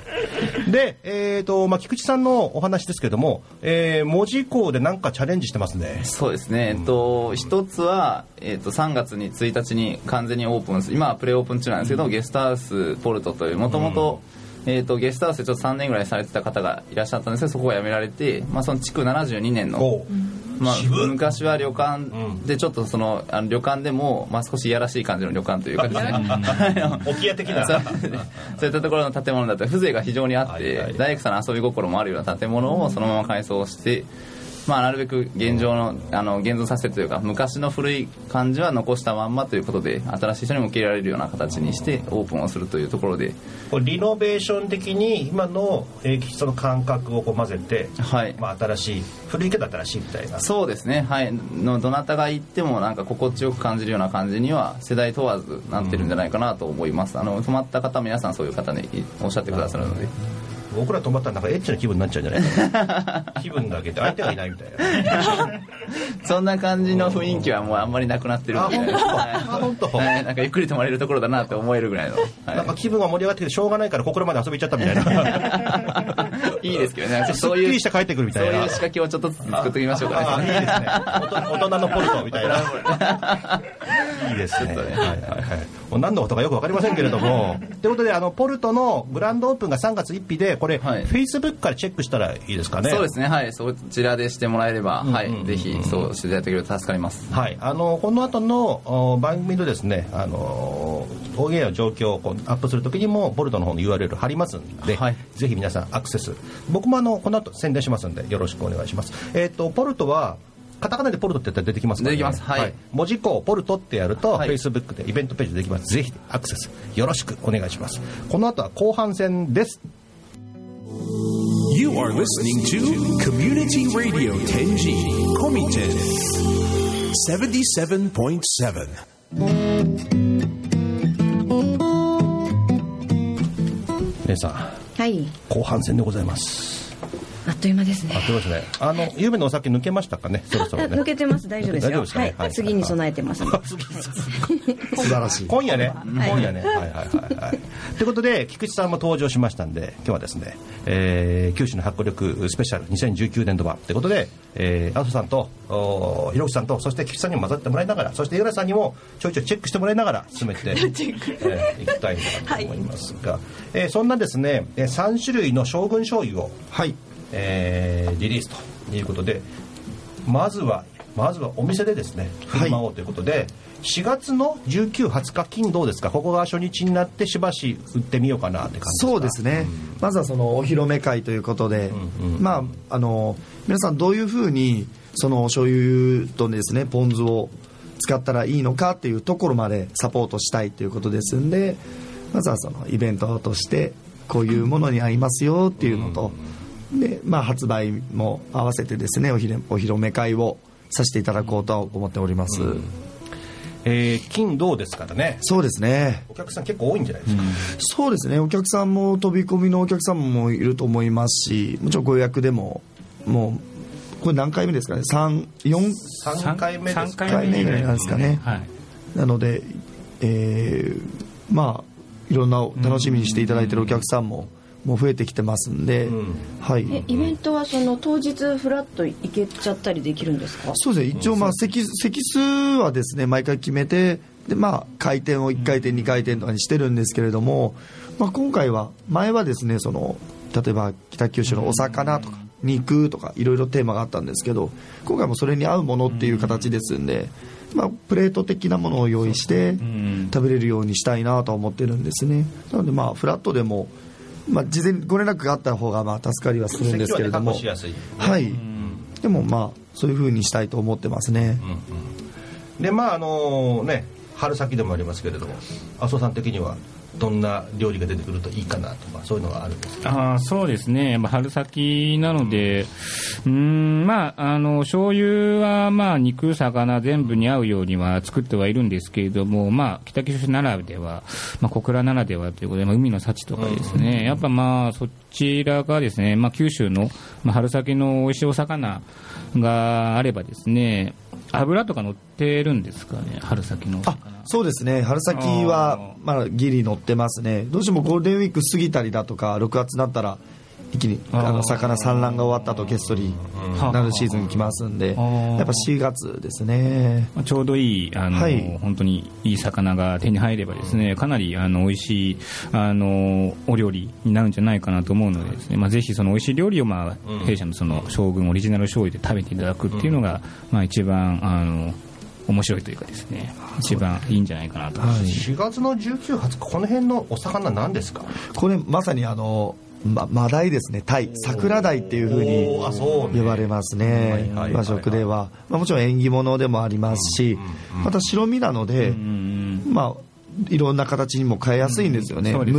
で菊池さんのお話ですけども、門司港で何かチャレンジしてますね。 そうですね、一つは、3月に1日に完全にオープンする、今はプレオープン中なんですけど、ゲストハウスポルトというもともとゲストハウスでちょっと3年ぐらいされてた方がいらっしゃったんですけど、そこが辞められて、まあ、その築72年の、まあ、昔は旅館でちょっとその旅館でも、まあ、少しいやらしい感じの旅館というかですね置屋的なそういったところの建物だと風情が非常にあって、大工さんの遊び心もあるような建物をそのまま改装して、 なるべく現状の現存させてというか昔の古い感じは残したまんまということで新しい人にも受け入れられるような形にしてオープンをするというところで、 これリノベーション的に今のその感覚をこう混ぜて、はい新しい古いけど新しいみたいな。 そうですね、はい、どなたが行ってもなんか心地よく感じるような感じには世代問わずなってるんじゃないかなと思います。泊まった方皆さんそういう方におっしゃってくださるので、 僕ら泊まったらなんかエッチな気分になっちゃうんじゃないかな気分だけで相手がいないみたいなそんな感じの雰囲気はもうあんまりなくなってるみたいな。 本当、 なんかゆっくり泊まれるところだなって思えるぐらいの、 なんか気分が盛り上がってきてしょうがないから心まで遊び行っちゃったみたいないいですけどね、 そういうすっきりして帰ってくるみたいな、 そういう仕掛けをちょっと作っておきましょうかね。 いいですね大人のポルトみたいないいですね、はいはいはい、もう何のことかよく分かりませんけれどもということでポルトのグランドオープンが3月1日でこれ、はい、Facebook からチェックしたらいいですかね。 そうですね、はい、そちらでしてもらえれば、はい、ぜひそうしていただけると助かります。 はい、この後の番組のですねオンエアの状況をアップするときにもポルトの方の URL 貼りますんで、はい、ぜひ皆さんアクセス、僕もこの後宣伝しますんでよろしくお願いします。ポルトはカタカナでポルトって言ったら出てきますからね。 出てきます、はいはい、 文字工ポルトってやると、はい、Facebook でイベントページでできます。ぜひアクセスよろしくお願いします。この後は後半戦です。 You are listening to Community Radio Tenji Komiten 77.7. 皆さん、はい、後半戦でございます。 あっという間ですね。 あっという間ですね。ゆうべのお酒抜けましたかね。そろそろね。 抜けてます。大丈夫ですよ。大丈夫ですかね。はい。次に備えてます。素晴らしい。 今夜ね。はいはいはい。ということで菊池さんも登場しましたんで、今日はですね、九州の発酵力スペシャル2019年度版ということで、アウトさんとひろきさんとそして菊池さんにも混ざってもらいながら、そしてゆらさんにもちょいちょいチェックしてもらいながら進めていきたいなと思いますが、そんなですね3種類の将軍醤油を、はいリリースということで、まずはお店でですね振る舞おうということで、はい、4月の19、20日金どうですか。ここが初日になってしばし売ってみようかなって感じですか。 そうですね、まずはそのお披露目会ということで、まあ皆さんどういうふうにその醤油とですねポン酢を使ったらいいのかっていうところまでサポートしたいということですんで、まずはそのイベントとしてこういうものに合いますよっていうのと、で、発売も合わせてですねお披露目会をさせていただこうと思っております。 金土ですからね。 そうですね。 お客さん結構多いんじゃないですか。 そうですね。お客さんも飛び込みのお客さんもいると思いますし、もちろんご予約でももうこれ何回目ですかね。3回目ですかね。3回目ぐらいなんですかね。はい、なので、いろんな楽しみにしていただいているお客さんももう増えてきてますんで、はい、 イベントはその当日フラッと行けちゃったりできるんですか。 そうですね、一応席数はですね毎回決めて、で回転を1回転2回転とかにしてるんですけれども、今回は前はですね例えば北九州のお魚とか肉とかいろいろテーマがあったんですけど、今回もそれに合うものっていう形ですんで、プレート的なものを用意して食べれるようにしたいなと思ってるんですね。なのでフラットでも事前にご連絡があった方が助かりはするんですけれども、はい、でもそういう風にしたいと思ってますね。 で春先でもありますけれども、麻生さん的にはどんな料理が出てくるといいかなとか、そういうのがあるんですか。 そうですね、春先なので、醤油は肉魚全部に合うようには作ってはいるんですけれども、北九州ならでは、小倉ならではということで、海の幸とかですね、やっぱそちらがですね、九州の春先の美味しいお魚があればですね、油とか乗ってるんですかね、春先の。 そうですね、春先はギリ乗ってますね。どうしてもゴールデンウィーク過ぎたりだとか6月になったら一気に魚産卵が終わったとげっそりなるシーズン来ますんで、やっぱ4月ですね。 ちょうどいい本当にいい魚が手に入ればですね、かなり美味しいお料理になるんじゃないかなと思うのでですね、ぜひその美味しい料理を弊社のその将軍オリジナル醤油で食べていただくっていうのが一番面白いというかですね、一番いいんじゃないかなと思います。 4月の19、20日この辺のお魚何ですか。 これまさにマダイですね、タイ、桜鯛っていうふうに呼ばれますね、和食では。もちろん縁起物でもありますし、また白身なので、いろんな形にも変えやすいんですよね。はい、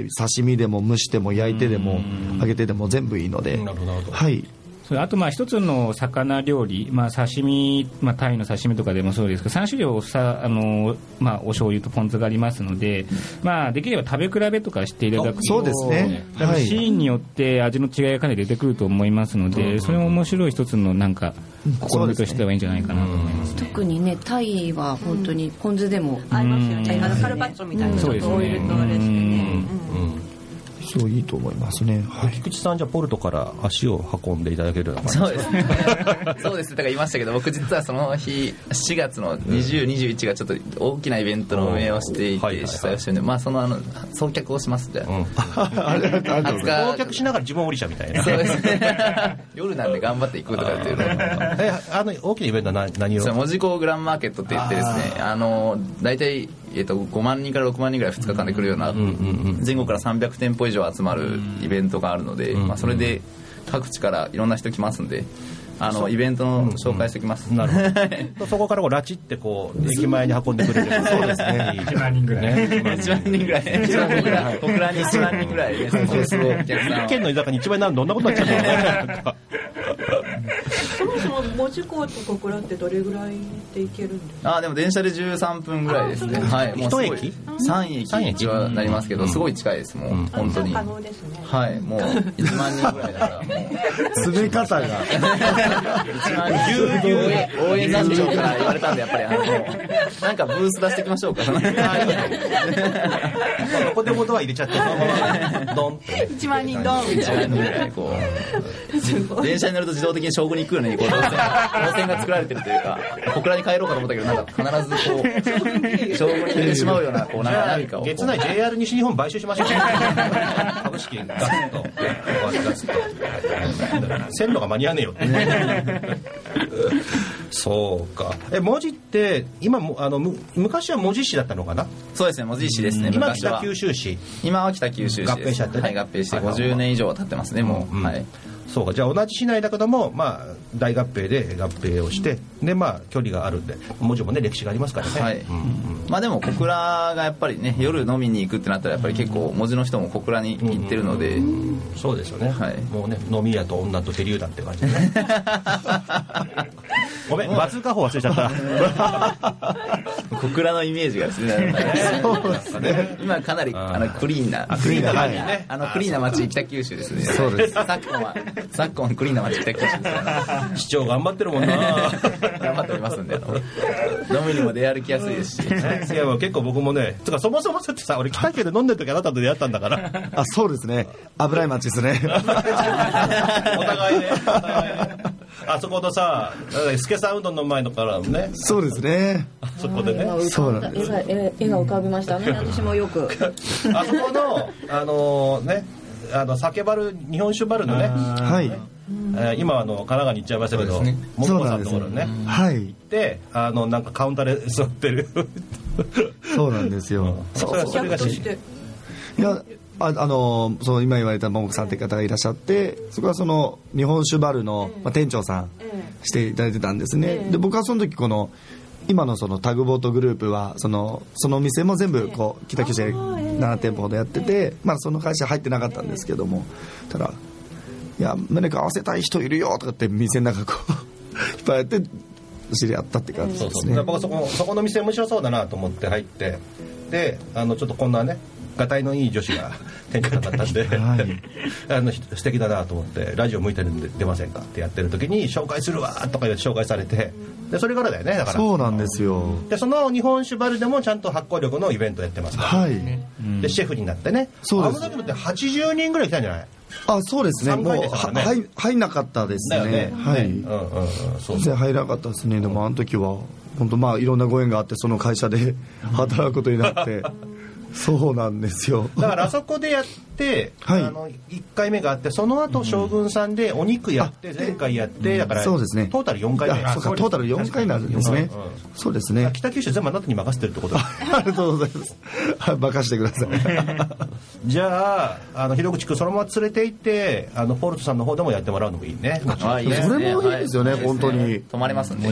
刺身でも蒸しても焼いてでも揚げてでも全部いいので。はい。 あと一つの魚料理、刺身、タイの刺身とかでもそうですけど、3種類お醤油とポン酢がありますので、できれば食べ比べとかしていただくと、 そうですね、 シーンによって味の違いがかなり出てくると思いますので、それも面白い一つの試みとしてはいいんじゃないかなと思います。 特にね、タイは本当にポン酢でも合いますよね。カルパッチョみたいな、ちょっとオイルとあれしてね。 そういいと思いますね。 菊池さん、じゃあポルトから足を運んでいただけるような感じそうですねそうです、だから言いましたけど、僕実はその日7月の20、21がちょっと大きなイベントの運営をしていて主催をしてるんで、その送客をしますじゃ送客しながら自分降りちゃうみたいな。 そうですね夜なんで頑張っていくとかっていうの大きなイベントは何を？ 門司港グランマーケットって言ってですね、大体5万人から6万人ぐらい2日間で来るような、全国から300店舗以上集まるイベントがあるので、それで各地からいろんな人来ますんで、イベントの紹介しておきます。 なるほどそこからラチって駅前に運んでくれるそうですね 1万人ぐらい 1万人ぐらい小倉に1万人ぐらい一軒の居酒屋に1万円なるどんなことになっちゃうのそもそも門司港と小倉ってどれぐらいで行けるんですか？ でも電車で13分ぐらいですね。はい、もう 1駅 3駅はなりますけど、すごい近いです。もう本当に可能ですね。 はい、もう1万人ぐらいだから詰め方が 1万人応援団長から言われたんで、やっぱりなんかブース出していきましょうか。どこでもドア入れちゃってドンって 1万人ドン 1万人ぐらい電車に乗ると自動的に将軍に行くように路線が作られてるというか、小倉に帰ろうかと思ったけど、必ず将軍に行ってしまうような何かを月内 JR 西日本買収しましょう株式ガスと線路が間に合わねえよそうか。門司って今昔は門司市だったのかな？ そうですね、門司市ですね。 今北九州市。 今は北九州市です。 合併しちゃってね。 はい、合併して50年以上は経ってますね、もう。はい。 そうか。じゃあ同じ市内だけども、大合併で合併をして、で距離があるんで、門司もね歴史がありますからね。 はい。でも小倉がやっぱりね、夜飲みに行くってなったらやっぱり結構門司の人も小倉に行ってるので、 そうですよね。はい。もうね、飲み屋と女と手榴弾って感じでね。ごめん、バズーカ砲忘れちゃった小倉のイメージがですねそうですね。今かなりクリーンな感じね。クリーンな街北九州ですね。そうです。昨今クリーンな街北九州です。 市長頑張ってるもんな。 頑張っておりますんで、飲みにも出歩きやすいですし。 いや結構僕もね、つかそもそもってさ、俺北九で飲んでる時あなたと出会ったんだから。 そうですね。危ない街ですね。 お互いね。あそこのさ、助さんうどんの前のからね。 そうですね。 そこでね。 そうなんです。絵が浮かびましたね。私もよく。 あそこのね、酒バル、日本酒バルのね。 はい。 今は神奈川に行っちゃいましたけど、ももこさんのところにね。 はい。 で、なんかカウンターで座ってる。 そうなんですよ。 それがいや。その今言われたももこさんって方がいらっしゃって、そこはその日本酒バルの、店長さんしていただいてたんですね。で僕はその時今のそのタグボートグループはその店も全部北九州で7店舗ほどやってて、その会社入ってなかったんですけども、ただいや胸合わせたい人いるよとかって店の中いっぱいやって知り合ったって感じですね。 僕はそこの店面白そうだなと思って入って、でちょっとこんなねがたいのいい女子が店長さんだったんで、はい、素敵だなと思って、ラジオ向いてるんで出ませんかってやってる時に紹介するわとか言って紹介されて、でそれからだよね。だからそうなんですよ。 でその日本酒バルでもちゃんと発酵力のイベントやってますから、 はい、 でシェフになってね。 そうです。 あの時って80人ぐらい来たんじゃない？ そうですね。もう入んなかったですね。はい。全然入らなかったですね。でもあの時は本当いろんなご縁があって、その会社で働くことになって。そうなんですよ。 だからあそこで 、1回目があって、その後将軍さんでお肉やって前回やって、だからそうですね、 トータル4回目。 そうか、トータル4回になるんですね。そうですね。 北九州全部あなたに任せてるってことありがとうございます。任せてください。 じゃあ広口君そのまま連れて行ってポルトさんの方でもやってもらうのもいいね。 いいですね。 それもいいですよね、本当に。 泊まれますんで。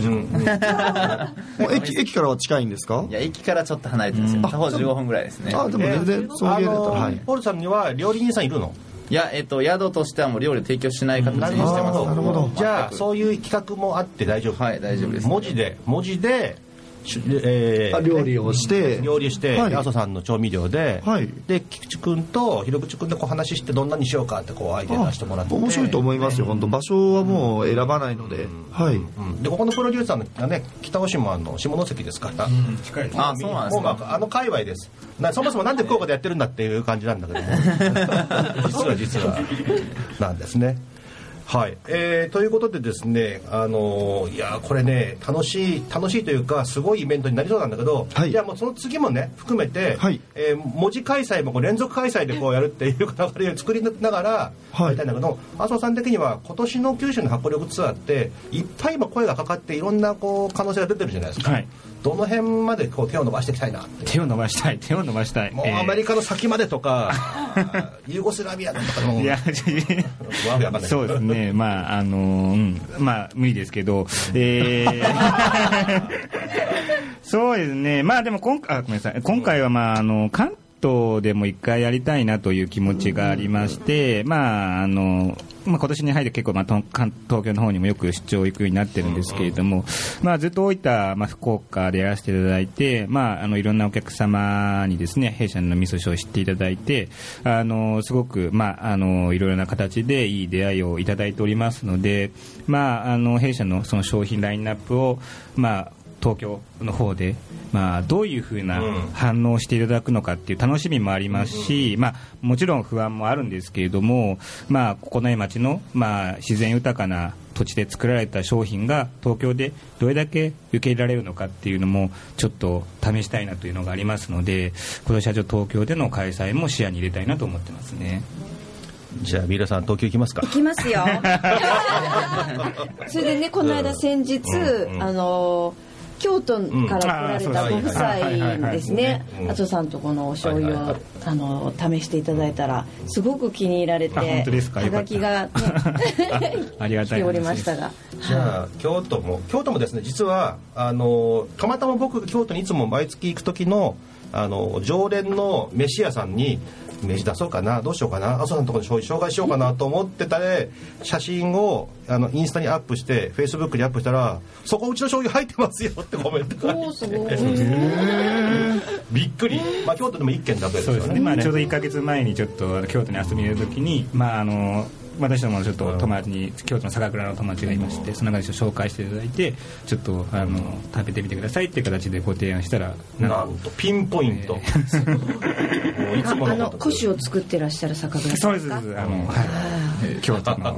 駅からは近いんですか？ いや、駅からちょっと離れてるんですよ。徒歩15分ぐらいですね。 でも全然そういうのだったら、 ポルトさんには料理人さんいるの？ いや、宿としてはもう料理提供しない形にしてます。 なるほど。 じゃあそういう企画もあって大丈夫？ はい、大丈夫です。 文字で料理をして阿蘇さんの調味料で、で菊池君と広口君でこう話してどんなにしようかってこうアイデア出してもらって、 面白いと思いますよ。本当場所はもう選ばないので、 でここのプロデューサーがね、北大島の下関ですから、 近いです。 そうなんですか。 界隈です。そもそもなんで福岡でやってるんだっていう感じなんだけども実はなんですね。はい、ということでですね、いやこれね楽しいというかすごいイベントになりそうなんだけど、じゃあもうその次もね含めて、文字開催もこう連続開催でこうやるっていう流れを作りながらやりたいんだけど、麻生さん的には今年の九州の発酵力ツアーっていっぱい今声がかかっていろんなこう可能性が出てるじゃないですか。どの辺までこう手を伸ばしていきたいなって。 手を伸ばしたい。 もうアメリカの先までとかユーゴスラビアとかのいやそうですね、まあ無理ですけど、そうですね、まあでもごめんなさい、今回は関東でも一回やりたいなという気持ちがありまして、今年に入って結構、東京の方にもよく出張行くようになってるんですけれども、ずっと大分、福岡でやらせていただいて、いろんなお客様にですね、弊社の味噌汁を知っていただいて、すごく、いろいろな形でいい出会いをいただいておりますので、弊社のその商品ラインナップを、東京の方で、どういうふうな反応をしていただくのかっていう楽しみもありますし、もちろん不安もあるんですけれども、ここの町の、自然豊かな土地で作られた商品が東京でどれだけ受け入れられるのかっていうのもちょっと試したいなというのがありますので、今年は東京での開催も視野に入れたいなと思ってますね。 じゃあ三浦さん東京行きますか？ 行きますよそれでね、この間先日、京都から来られたご夫妻ですね、麻生さんとこのお醤油を試していただいたらすごく気に入られて、はがきが、ね、来ておりましたが、 じゃあ京都もですね、実はたまたま僕京都にいつも毎月行く時の常連の飯屋さんに飯出そうかな、どうしようかな、麻生さんのところに紹介しようかなと思ってたで、写真をインスタにアップしてフェイスブックにアップしたら、そこうちの醤油入ってますよってコメントが来てびっくり。京都でも1軒だけですよね。 そうですね、ちょうど1ヶ月前にちょっと京都に遊びに行った時に、私どもちょっと友達に京都の酒蔵の友達がいまして、その中で紹介していただいて、ちょっと食べてみてくださいっていう形でご提案したら、 なんとピンポイントもういつもの古酒を作ってらっしゃる酒蔵ですか？ そうです、京都の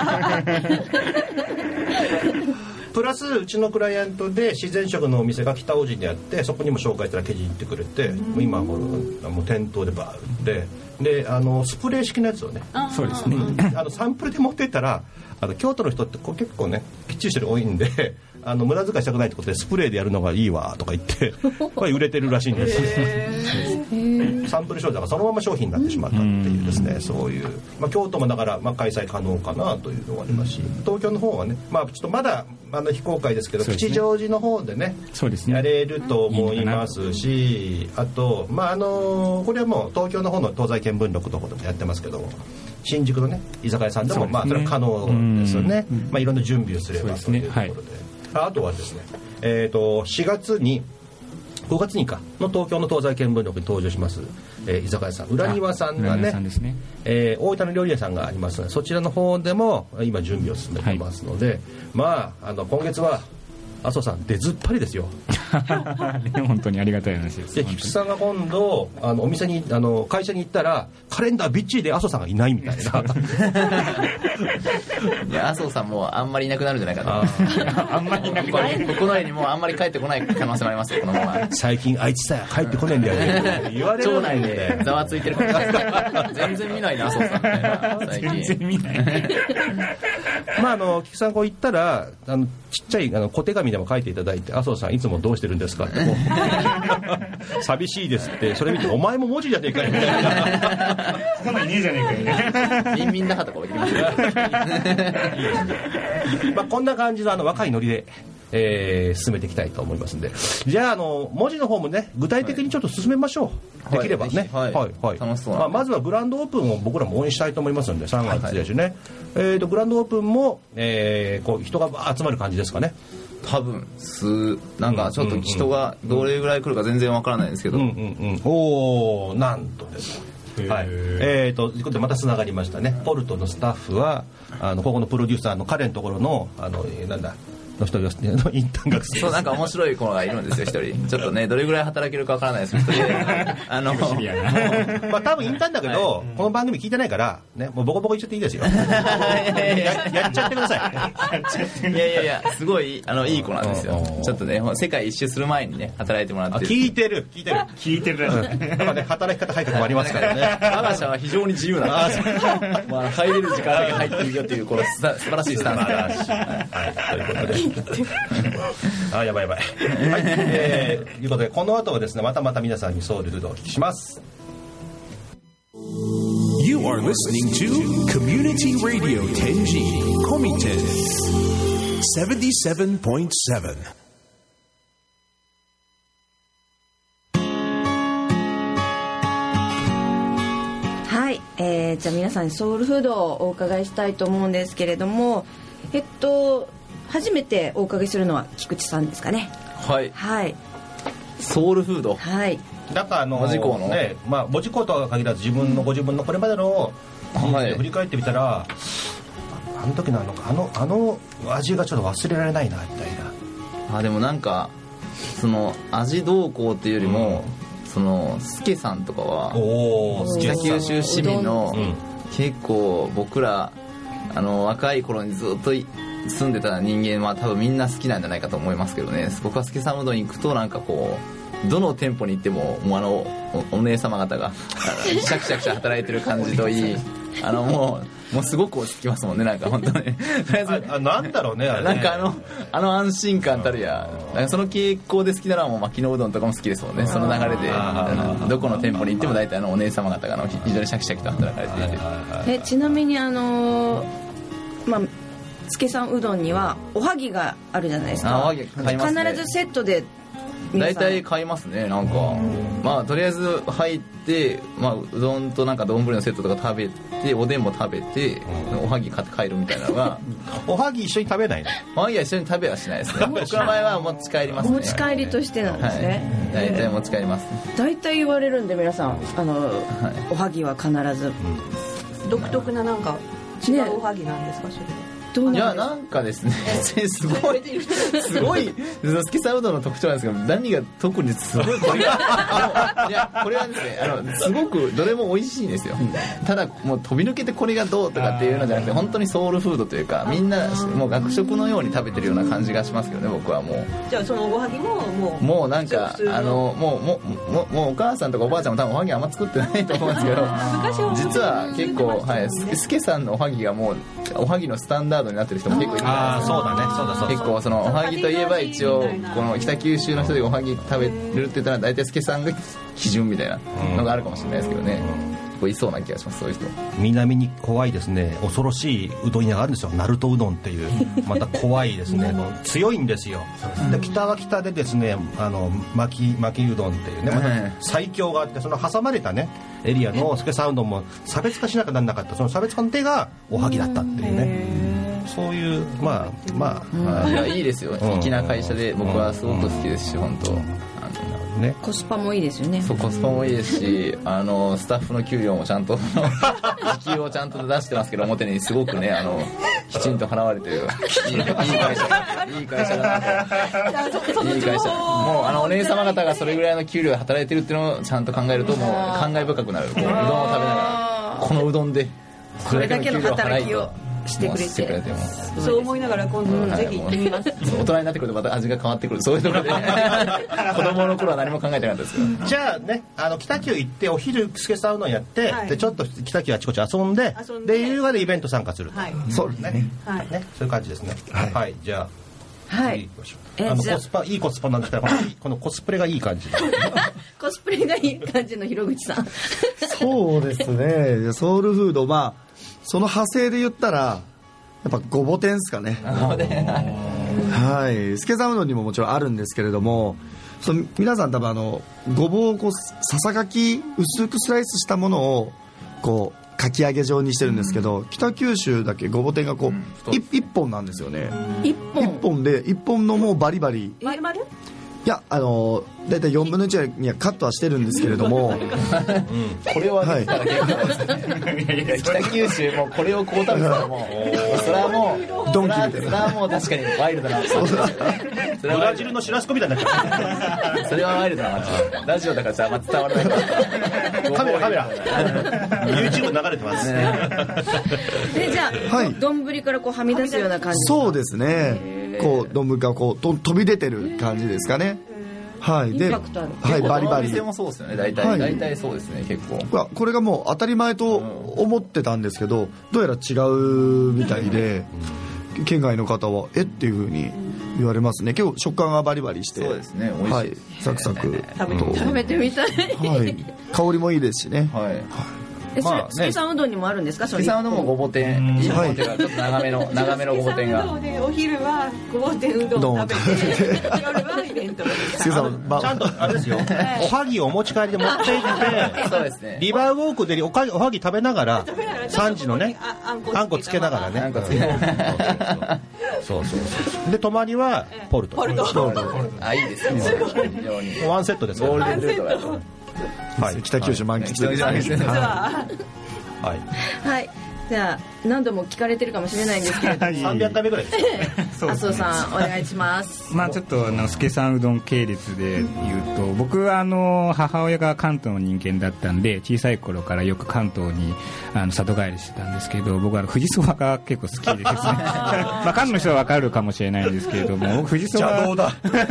プラスうちのクライアントで自然食のお店が北大路にあって、そこにも紹介したら記事に行ってくれて、今もう店頭でバーってでスプレー式のやつをね、 そうですね、 サンプルで持っていったら京都の人って結構ねきっちりしてる多いんで、無駄遣いしたくないってことでスプレーでやるのがいいわとか言ってこれ売れてるらしいんですサンプル商品がそのまま商品になってしまったっていうですね、そういう、京都もだから、開催可能かなというのがありますし、東京の方はね、ちょっとまだ非公開ですけど、吉祥寺の方でね、やれると思いますし、あと、これはもう東京の方の東西見聞録の方でもやってますけど、新宿のね居酒屋さんでもそれは可能ですよね。いろんな準備をすればというところで、あとはですね、5月にの東京の東西見聞録に登場します、居酒屋さん浦庭さんがね、大分の料理屋さんがありますので、そちらの方でも今準備を進めていますので、今月は麻生さん出ずっぱりですよ本当にありがたい話です。 菊池さんが今度お店に会社に行ったらカレンダーびっちりで麻生さんがいないみたいないや麻生さんもあんまりいなくなるんじゃないかと。あんまりいなくなる。この家にもうあんまり帰ってこない可能性もありますよ、このまま。 最近あいつさ帰ってこないんだよね言われる町内でざわついてるから全然見ないな麻生さんみたいな最近。 全然見ないまあ菊さんこう言ったらちっちゃい小手紙でも書いていただいて、麻生さんいつもどうしてるんですかってもう寂しいですって、それ見てお前も文字じゃねえかよみたいなここのいねえじゃねえかよねビンビン那覇とか置いてきましたまあこんな感じの若いノリで進めていきたいと思いますんで、じゃあ文字の方もね具体的にちょっと進めましょう、できればね、 はい楽しそうな、 まずはグランドオープンを僕らも応援したいと思いますので、3月1日ね、グランドオープンも、こう人が集まる感じですかね。 多分なんかちょっと人がどれぐらい来るか全然わからないんですけど、 おーなんとですね、はい、ということでまたつながりましたね。ポルトのスタッフはここのプロデューサーの彼のところのなんだの一人のインターン学生、 そうなんか面白い子がいるんですよ一人。ちょっとねどれぐらい働けるかわからないですけど、 まあ多分インターンだけど、この番組聞いてないからね、もうボコボコ言っちゃっていいですよ。やっちゃってください。 いやすごいいい子なんですよ。ちょっとね世界一周する前にね働いてもらって。 聞いてる。やっぱね働き方改革もありますからね。 我が社は非常に自由なんですよ。まあ入れる時間だけ入っていいよっていうこの素晴らしいスタンスが。 ということで。あ、やばい、はい、ということでこの後はですねまた皆さんにソウルフードをお聞きします。 You are listening to Community Radio Tenji Komiten 77.7. はい、じゃあ皆さんにソウルフードをお伺いしたいと思うんですけれども、初めてお伺いするのは菊池さんですかね。 はい、ソウルフード、 はい、 だから門司港のね、まあ門司港とは限らずご自分のこれまでの人生を振り返ってみたら、あの時のあの味がちょっと忘れられないなみたいな。 でもなんかその味どうこうっていうよりも、そのスケさんとかは北九州市民の、結構僕ら若い頃にずっと住んでた人間は多分みんな好きなんじゃないかと思いますけどね。僕はスケさんうどんに行くとなんかこうどの店舗に行ってももうお姉様方がシャクシャクシャ働いてる感じといいもうすごく落ち着きますもんね。なんか本当にとりあえずなんだろうね、あれね、 なんか安心感たるや、なんかその傾向で好きなのはもう牧野うどんとかも好きですもんね。その流れでどこの店舗に行っても大体お姉様方が非常にシャキシャキと働かれていて、 ちなみにつけさんうどんにはおはぎがあるじゃないですか。 おはぎ買いますね。 必ずセットで大体買いますね。なんかとりあえず入って、うどんとなんか丼のセットとか食べて、おでんも食べて、おはぎ買って帰るみたいなのがおはぎ一緒に食べないの？ おはぎは一緒に食べはしないですね。僕の場合は持ち帰りますね。 持ち帰りとしてなんですね。 大体持ち帰ります。 大体言われるんで皆さんおはぎは必ず独特ななんか違うおはぎなんですか、それは。 いやなんかですねすごいスケさんうどんの特徴なんですけど、何が特にすごいこれがいやこれはですねすごくどれも美味しいんですよ。ただもう飛び抜けてこれがどうとかっていうのじゃなくて、本当にソウルフードというか、みんなもう学食のように食べてるような感じがしますけどね。僕はもうじゃあそのおはぎももうなんかもうお母さんとかおばあちゃんも多分おはぎあんま作ってないと思うんですけど実は結構スケさんのおはぎがもうおはぎのスタンダードになってる人も結構いるじゃないですか。 そうだね。 結構そのおはぎといえば一応この北九州の人でおはぎ食べるって言ったら大体助さんが基準みたいなのがあるかもしれないですけどね。結構いそうな気がします、そういう人。 南に怖いですね、恐ろしいうどん屋があるんですよ。ナルトうどんっていうまた怖いですね強いんですよ。で北は北でですね巻きうどんっていうね、また最強があって、その挟まれたねエリアの助さんうどんも差別化しなきゃなんなかった。その差別化の手がおはぎだったっていうね、そういういやいいですよ。粋な会社で僕はすごく好きですし、本当ね、コスパもいいですよね。 そう、コスパもいいですしスタッフの給料もちゃんと時給をちゃんと出してますけど、表にすごくねきちんと払われてるいい会社だなと。いい会社。もうお姉様方がそれぐらいの給料で働いてるっていうのをちゃんと考えると、もう感慨深くなる。うどんを食べながらこのうどんでこれだけの働きをしてくれてますそう思いながら今度ぜひ行ってみます。 大人になってくるとまた味が変わってくる、そういうところで子供の頃は何も考えてなかったですけど。 じゃあね、北九行ってお昼スケサウナやって、でちょっと北九あちこち遊んで、で優雅でイベント参加する、 そうですね、 そういう感じですね。はい、じゃあはいコスパいいコスパなんですからこのコスプレがいい感じコスプレがいい感じの広口さんそうですね、ソウルフード、その派生で言ったらやっぱごぼ天ですかね。はい、スケサウナにももちろんあるんですけれども、皆さん多分ごぼうをささがき薄くスライスしたものをこうかき揚げ状にしてるんですけど、北九州だけごぼ天がこう1本なんですよね。1本で1本のもうバリバリ丸々 いやだいたい4分の1にはカットはしてるんですけれどもこれはできたら結構ですね。北九州もこれをこう食べたらもうそれはもうドンキみたいな、 それはもう確かにワイルドなブラジルのシュラスコみたいになっちゃうそれはワイルドな街。ラジオだからあんま伝わらないカメラYouTube 流れてます、 じゃあ丼からこうはみ出すような感じ。 そうですね、こう丼がこう飛び出てる感じですかね。はい、で、はい、バリバリ。 お店もそうですよね。大体そうですね、結構。 これがもう当たり前と思ってたんですけど、どうやら違うみたいで、県外の方はっていう風に言われますね。結構食感がバリバリして、 そうですね、美味しい、 サクサク食べてみたい。 はい、香りもいいですしね。はい。 スケさんうどんにもあるんですか？ スケさんうどんもごぼ天、いいごぼ天がちょっと長めのごぼ天が。 お昼はごぼ天うどんを食べて、夜はイベント。 ちゃんとあれですよ。おはぎをお持ち帰りで持って行って、そうですね。リバーウォークでおはぎ食べながら3時のねあんこつけながらね。あんこつけながら。そうで泊まりはポルト。 あ、いいですね。 ワンセットです。 ゴールデンルートが。 はい、北九州満喫です。 はい、じゃあ何度も聞かれてるかもしれないんですけれども 300回目ぐらいです麻生さんお願いします。 ちょっと助さんうどん系列で言うと、僕は母親が関東の人間だったんで、小さい頃からよく関東に里帰りしてたんですけど、僕は富士そばが結構好きでですね関東の人は分かるかもしれないんですけれども、僕富士そば好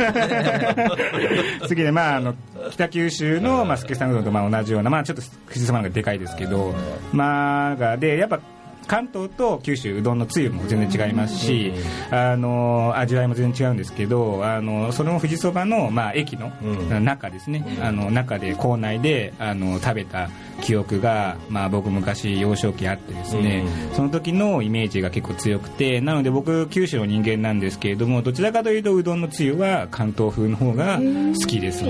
きで、北九州の助さんうどんと同じような、ちょっと富士そばがでかいですけど、でやっぱ関東と九州うどんのつゆも全然違いますし、味わいも全然違うんですけど、その富士そばの、駅の中ですね、中で構内で食べた記憶が、僕昔幼少期あってですね、その時のイメージが結構強くて、なので僕九州の人間なんですけれども、どちらかというとうどんのつゆは関東風の方が好きです。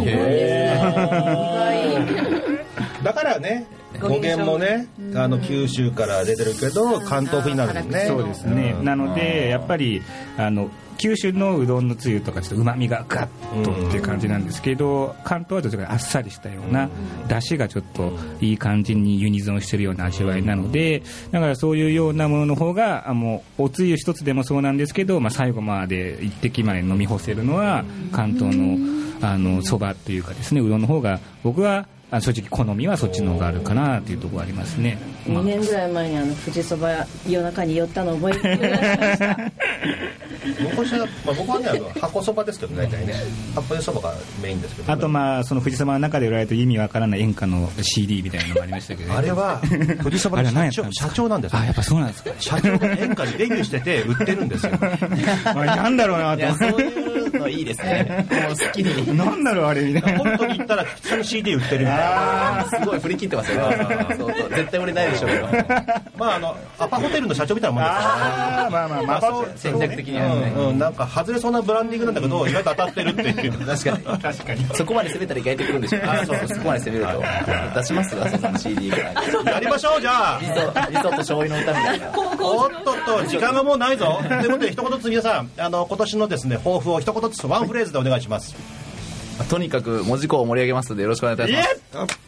だからね、語源もね、九州から出てるけど関東風になるんですね。 そうですね。なのでやっぱり九州のうどんのつゆとかちょっと旨味がガッとっていう感じなんですけど、関東はどちらかあっさりしたような出汁がちょっといい感じにユニゾンしてるような味わいなので、だからそういうようなものの方がもうおつゆ一つでもそうなんですけど、最後まで一滴まで飲み干せるのは関東のそばというかですね、うどんの方が僕は正直好みはそっちの方があるかなというところありますね。 2年ぐらい前に富士そば夜中に寄ったのを覚えていらっしゃいました僕はね箱そばですけど、大体ね箱そばがメインですけど、 あとその富士そばの中で売られて意味わからない演歌の CD みたいなのもありましたけど、 あれは富士そばの社長なんですよ。 やっぱそうなんですか。 社長が演歌にデビューしてて売ってるんですよなんだろうなと。 そういうのいいですね。もう好きになんだろうあれみたいな。 本当に行ったら普通に CD 売ってるみたいな。 すごい振り切ってますよね。そう絶対売れないでしょうけど。 アパホテルの社長みたいなもんですよね。戦略的にはね。 なんか外れそうなブランディングなんだけど意外と当たってるっていう。確かに。そこまで攻めたら意外とくるんでしょう。そこまで攻めると出します麻生さんの CD ぐらい。 やりましょうじゃあ。 味噌と醤油の歌みたいな。 おっと時間がもうないぞ。ということで一言ずつ皆さん今年のですね抱負を一言ずつワンフレーズでお願いします。 とにかく文字工を盛り上げますのでよろしくお願いいたします。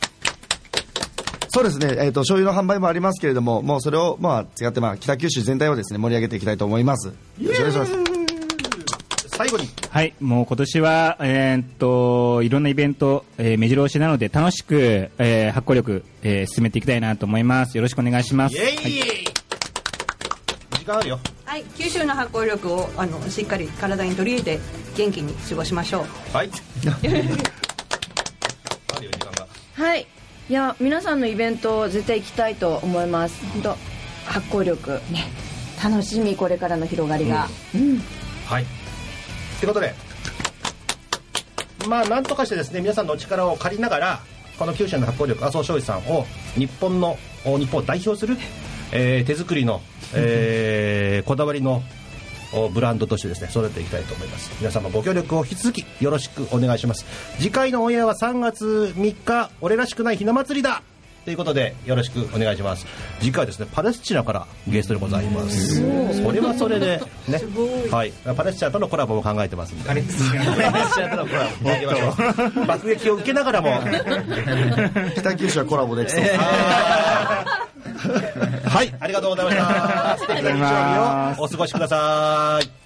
そうですね、醤油の販売もありますけれども、もうそれを違って北九州全体をですね盛り上げていきたいと思います。よろしくお願いします。 最後に、 はい、もう今年はいろんなイベント、目白押しなので楽しく、発行力、進めていきたいなと思います。よろしくお願いします。 イエイ、時間あるよ。 はい、九州の発酵力をしっかり体に取り入れて元気に過ごしましょう。 はいあるよ時間が。 はい、いや皆さんのイベント絶対行きたいと思います。本当発酵力ね、楽しみ、これからの広がりが、 はいということで、まあなんとかしてですね、皆さんのお力を借りながらこの九州の発酵力麻生醤油さんを日本を代表する、手作りの、こだわりのブランドとしてですね育てていきたいと思います。皆様ご協力を引き続きよろしくお願いします。次回のオンエアは3月3日俺らしくないひな祭りだということでよろしくお願いします。次回ですねパレスチナからゲストでございます。それはそれでね、はい、パレスチナとのコラボも考えてますんで、パレスチナとのコラボやりましょう。爆撃を受けながらも北九州はコラボできそうはい、ありがとうございました。素敵な日曜日をお過ごしください。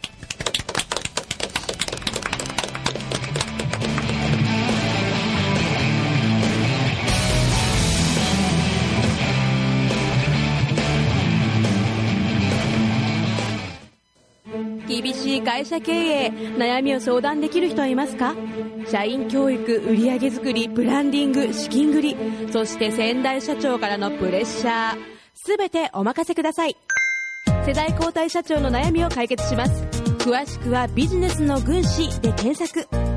厳しい会社経営、悩みを相談できる人はいますか？社員教育、売上作り、ブランディング、資金繰り、そして先代社長からのプレッシャー、すべてお任せください。世代交代社長の悩みを解決します。詳しくはビジネスの軍師で検索。